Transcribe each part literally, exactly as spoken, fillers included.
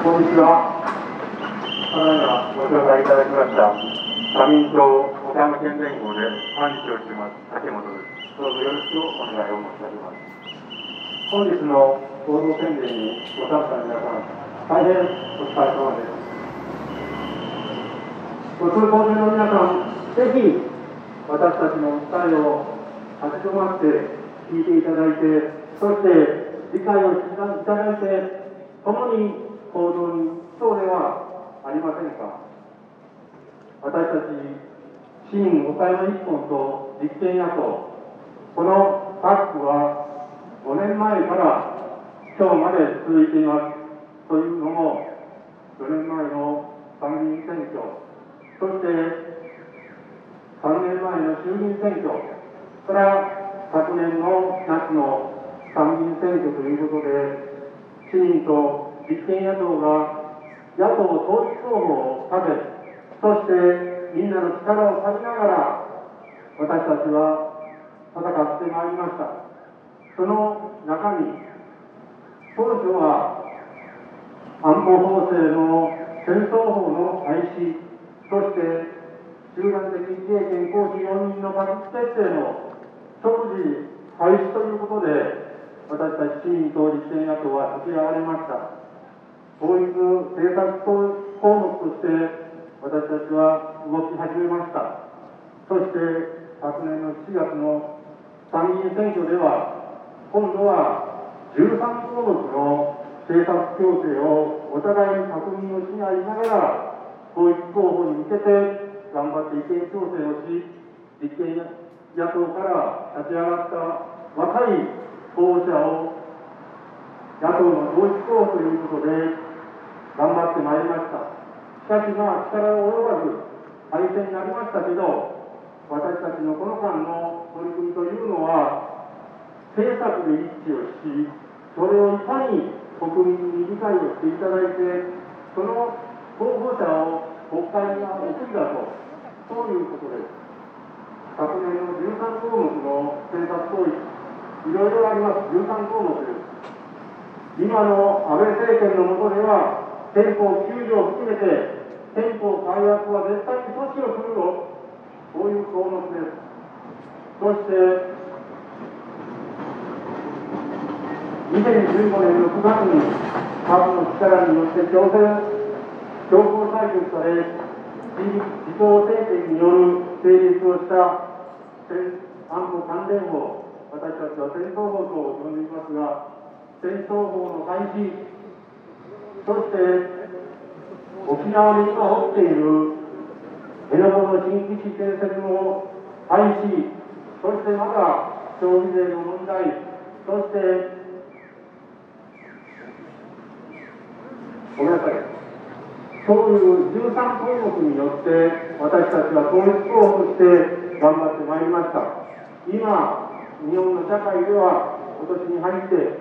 こんにちは。ただいまご紹介いただきました社民党岡山県連合で幹事長をしています竹本です。どうぞよろしくお願いを申し上げます。本日の合同宣言にご参加の皆さん、大変お疲れ様です。ご通行中の皆さん、ぜひ私たちの訴えを立ち止まって聞いていただいて、そして理解をしていただいて、共に行動にそうではありませんか。私たち市民岡山一本と立憲野党、このタッグはごねんまえから今日まで続いています。というのも、よねんまえの参議院選挙、そしてさんねんまえの衆議院選挙から昨年の夏の参議院選挙ということで、市民と立憲野党が野党統一候補を立て、そしてみんなの力を借りながら私たちは戦ってまいりました。その中身、当初は安保法制の戦争法の廃止、そして集団的自衛権行使容認の罰決定の即時廃止ということで、私たち市民と立憲野党は立ち上がりました。法律政策項目として私たちは動き始めました。そして昨年のしちがつの参議院選挙では、今度はじゅうさんこうもくの政策協定をお互いに確認をし合いながら、統一候補に向けて頑張って意見調整をし、立憲野党から立ち上がった若い候補者を野党の統一候補ということで頑張ってまいりました。しかしまあ力及ばず敗戦になりましたけど、私たちのこの間の取り組みというのは政策で一致をし、それをいかに国民に理解をしていただいて、その候補者を国会に送りだと、そういうことです。昨年のじゅうさんこうもくの政策統一、いろいろあります。じゅうさんこうもくです。今の安倍政権の下では、憲法きゅうじょうを含めて、憲法改悪は絶対に阻止をすると、そういう項目です。そして、にせんじゅうごねんのくがつに、核の力によって強制、強行採決され、自公政権による成立をした安保関連法、私たちは戦争法と呼んでいますが、戦争法の廃止、そして沖縄に今起きている辺野古の新基地建設の廃止、そしてまた消費税の問題、そしてごめんなさい、そういうじゅうさんこうもくによって私たちは統一候補として頑張ってまいりました。今、日本の社会では今年に入って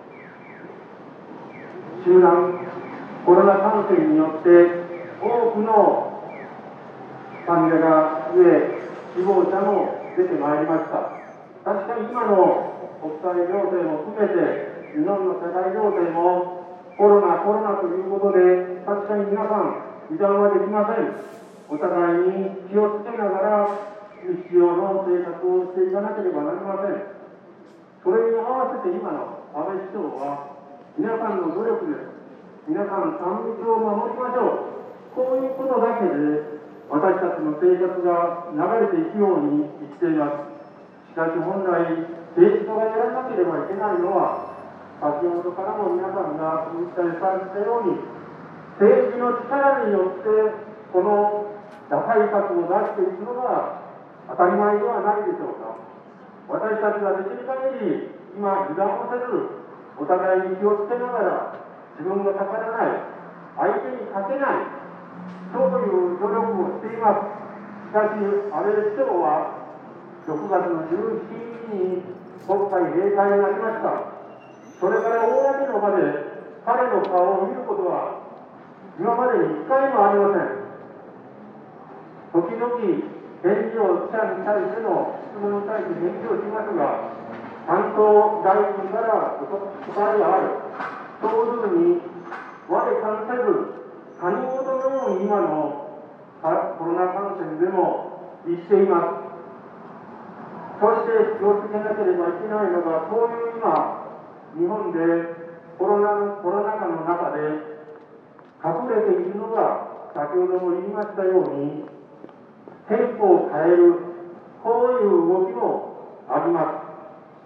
集団コロナ感染によって多くの患者が増え、死亡者も出てまいりました。確かに今の国際情勢も含めて、日本の世界情勢もコロナ、コロナということで、確かに皆さん、油断はできません。お互いに気をつけながら、日常の生活をしていかなければなりません。それに合わせて今の安倍首相は、皆さんの努力です。皆さん、さん密を守りましょう。こういうことだけで、私たちの生活が流れていくように言っています。しかし本来、政治家がやらなければいけないのは、先ほどからも皆さんがお伝えされたように、政治の力によってこの打開策を出していくのが当たり前ではないでしょうか。私たちはできる限り今油断をせず、お互いに気をつけながら、自分がかからない、相手に勝てない、そういう努力をしています。しかし安倍首相はろくがつのじゅうしちにちに国会閉会になりました。それから公の場で彼の顔を見ることは今までに一回もありません。時々返事を記者に対しての質問に対して返事をしますが、担当大臣から答えがある、そういうふうに我関せず、他人事のように今のコロナ感染でも言っています。そして気をつけなければいけないのが、こういう今、日本でコロナ、コロナ禍の中で隠れているのが、先ほども言いましたように、店舗を変える、こういう動きもあります。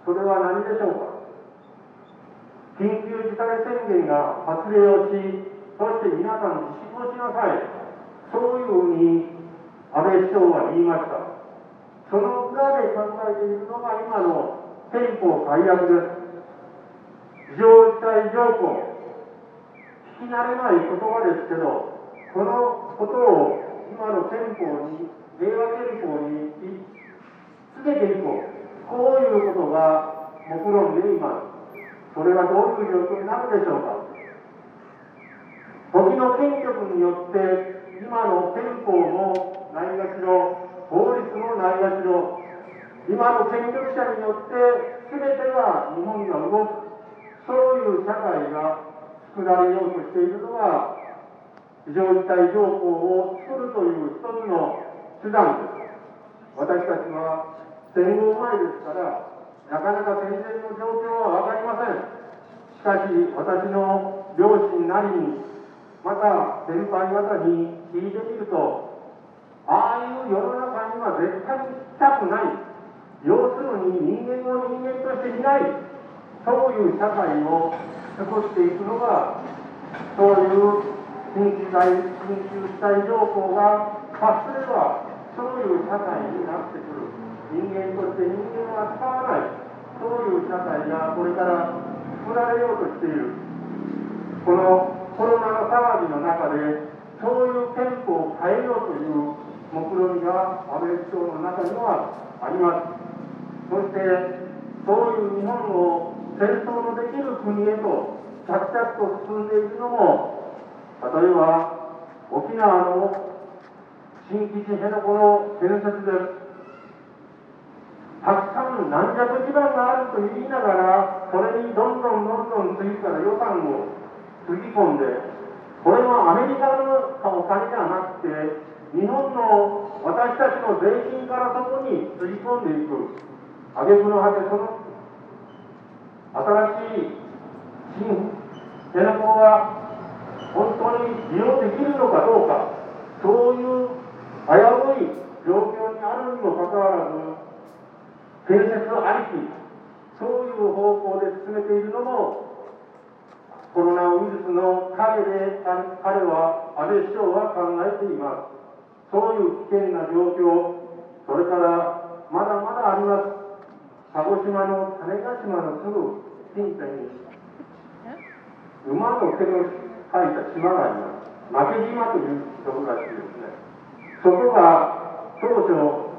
それは何でしょうか。緊急事態宣言が発令をし、そして皆さん自粛をしなさい。そういうふうに安倍首相は言いました。その裏で考えているのが今の憲法改悪です。非常事態条項。聞き慣れない言葉ですけど、このことを今の憲法に、令和憲法につけていこう。こういうことが目論んでいます。それはどういう状況になるでしょうか。時の権力によって今の憲法もないがしろ、法律もないがしろ、今の権力者によって全てが日本が動く、そういう社会が作られようとしているのが非常事態条項を作るという一つの手段です。私たちは戦後前ですから、なかなか戦前の状況は分かりません。しかし、私の両親なりに、また先輩方に聞いてみると、ああいう世の中には絶対にしたくない。要するに人間を人間として見ない。そういう社会を作っていくのが、そういう緊急事態、緊急事態条項が発すれば、そういう社会になってくる。人間として人間は使わない。そういう社会がこれから作られようとしている。このコロナの騒ぎの中で、そういう憲法を変えようという目論みが安倍首相の中にはあります。そして、そういう日本を戦争のできる国へと着々と進んでいるのも、例えば沖縄の新基地辺野古の建設です。たくさん軟弱地盤があると言いながら、それにどんどんどんどん次から予算をつぎ込んで、これもアメリカのお金ではなくて、日本の私たちの税金からそこにつぎ込んでいく。挙句の果て、その新しい新辺野古が本当に利用できるのかどうか、そういう危うい状況にあるにもかかわらず、建設ありき、そういう方向で進めているのも、コロナウイルスの陰で彼は、安倍首相は考えています。そういう危険な状況、それからまだまだあります。鹿児島の種子島のすぐ近辺に、馬の毛の生えた島があります。負け島というところらしいですね。そこが当初、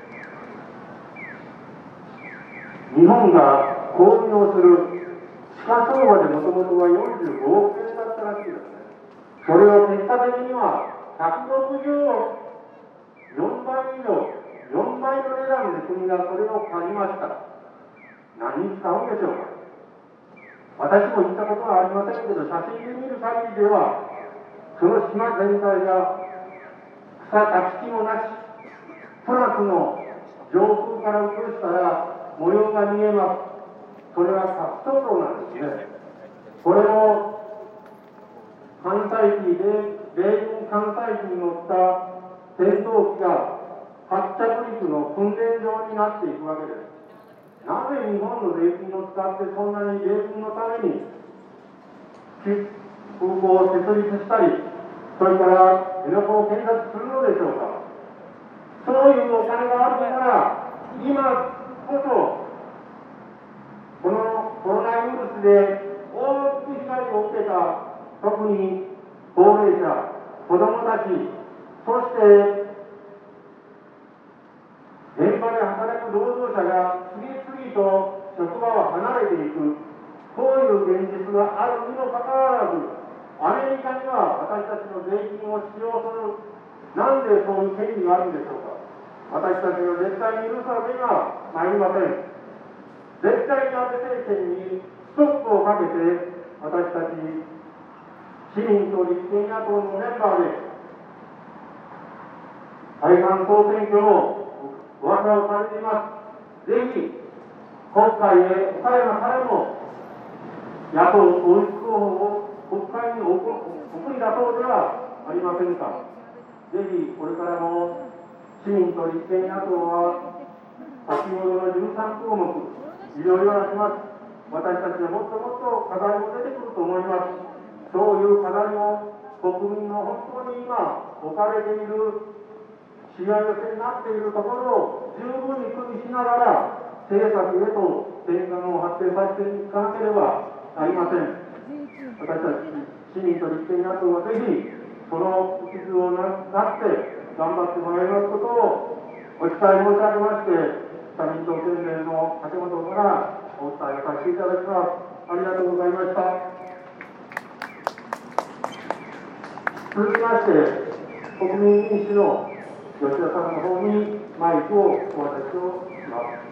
日本が購入する地価相場でもともとはよんじゅうごおくえんだったらしいですね。それを結果的にはひゃくろくじゅうおく、よんばい以上、よんばいの値段で国がそれを買いました。何に使うんでしょうか。私も行ったことはありませんけど、写真で見る限りでは、その島全体が草たきもなし、プラスの上空から映したら模様が見えます。それは滑走路なんですね。これも艦載機で、米軍艦載機に乗った戦闘機が発着陸の訓練場になっていくわけです。なぜ日本の税金を使ってそんなに米軍のために空港を設立したり、それから辺野古を建設するのでしょうか。そういうお金があるから、今こそ、このコロナウイルスで大きく被害を受けた、特に高齢者、子どもたち、そして現場で働く労働者が次々と職場を離れていく、こういう現実があるにもかかわらず、アメリカには私たちの税金を使用する、なんでそういう権利があるんでしょうか。私たちが絶対に許すわけには参りません。絶対に安倍政権にストップをかけて、私たち市市民と立憲野党のメンバーで、解散総選挙の噂をされています。ぜひ、国会へ岡山からも野党統一候補を国会に送り出そうではありませんか。ぜひこれからも市民と立憲野党は先ほどのじゅうさんこうもくいろいろなします。私たちはもっともっと課題も出てくると思います。そういう課題を国民の本当に今置かれているしわ寄せになっているところを十分に組みしながら政策へと転換を発展させていかなければありません。私たち市民と立憲野党はぜひその一途をなって頑張ってもらいますことをお伝え申し上げまして、社民党県連の竹本からお伝えさせていただきます。ありがとうございました。続きまして、国民民主の吉田様の方にマイクをお渡しをします。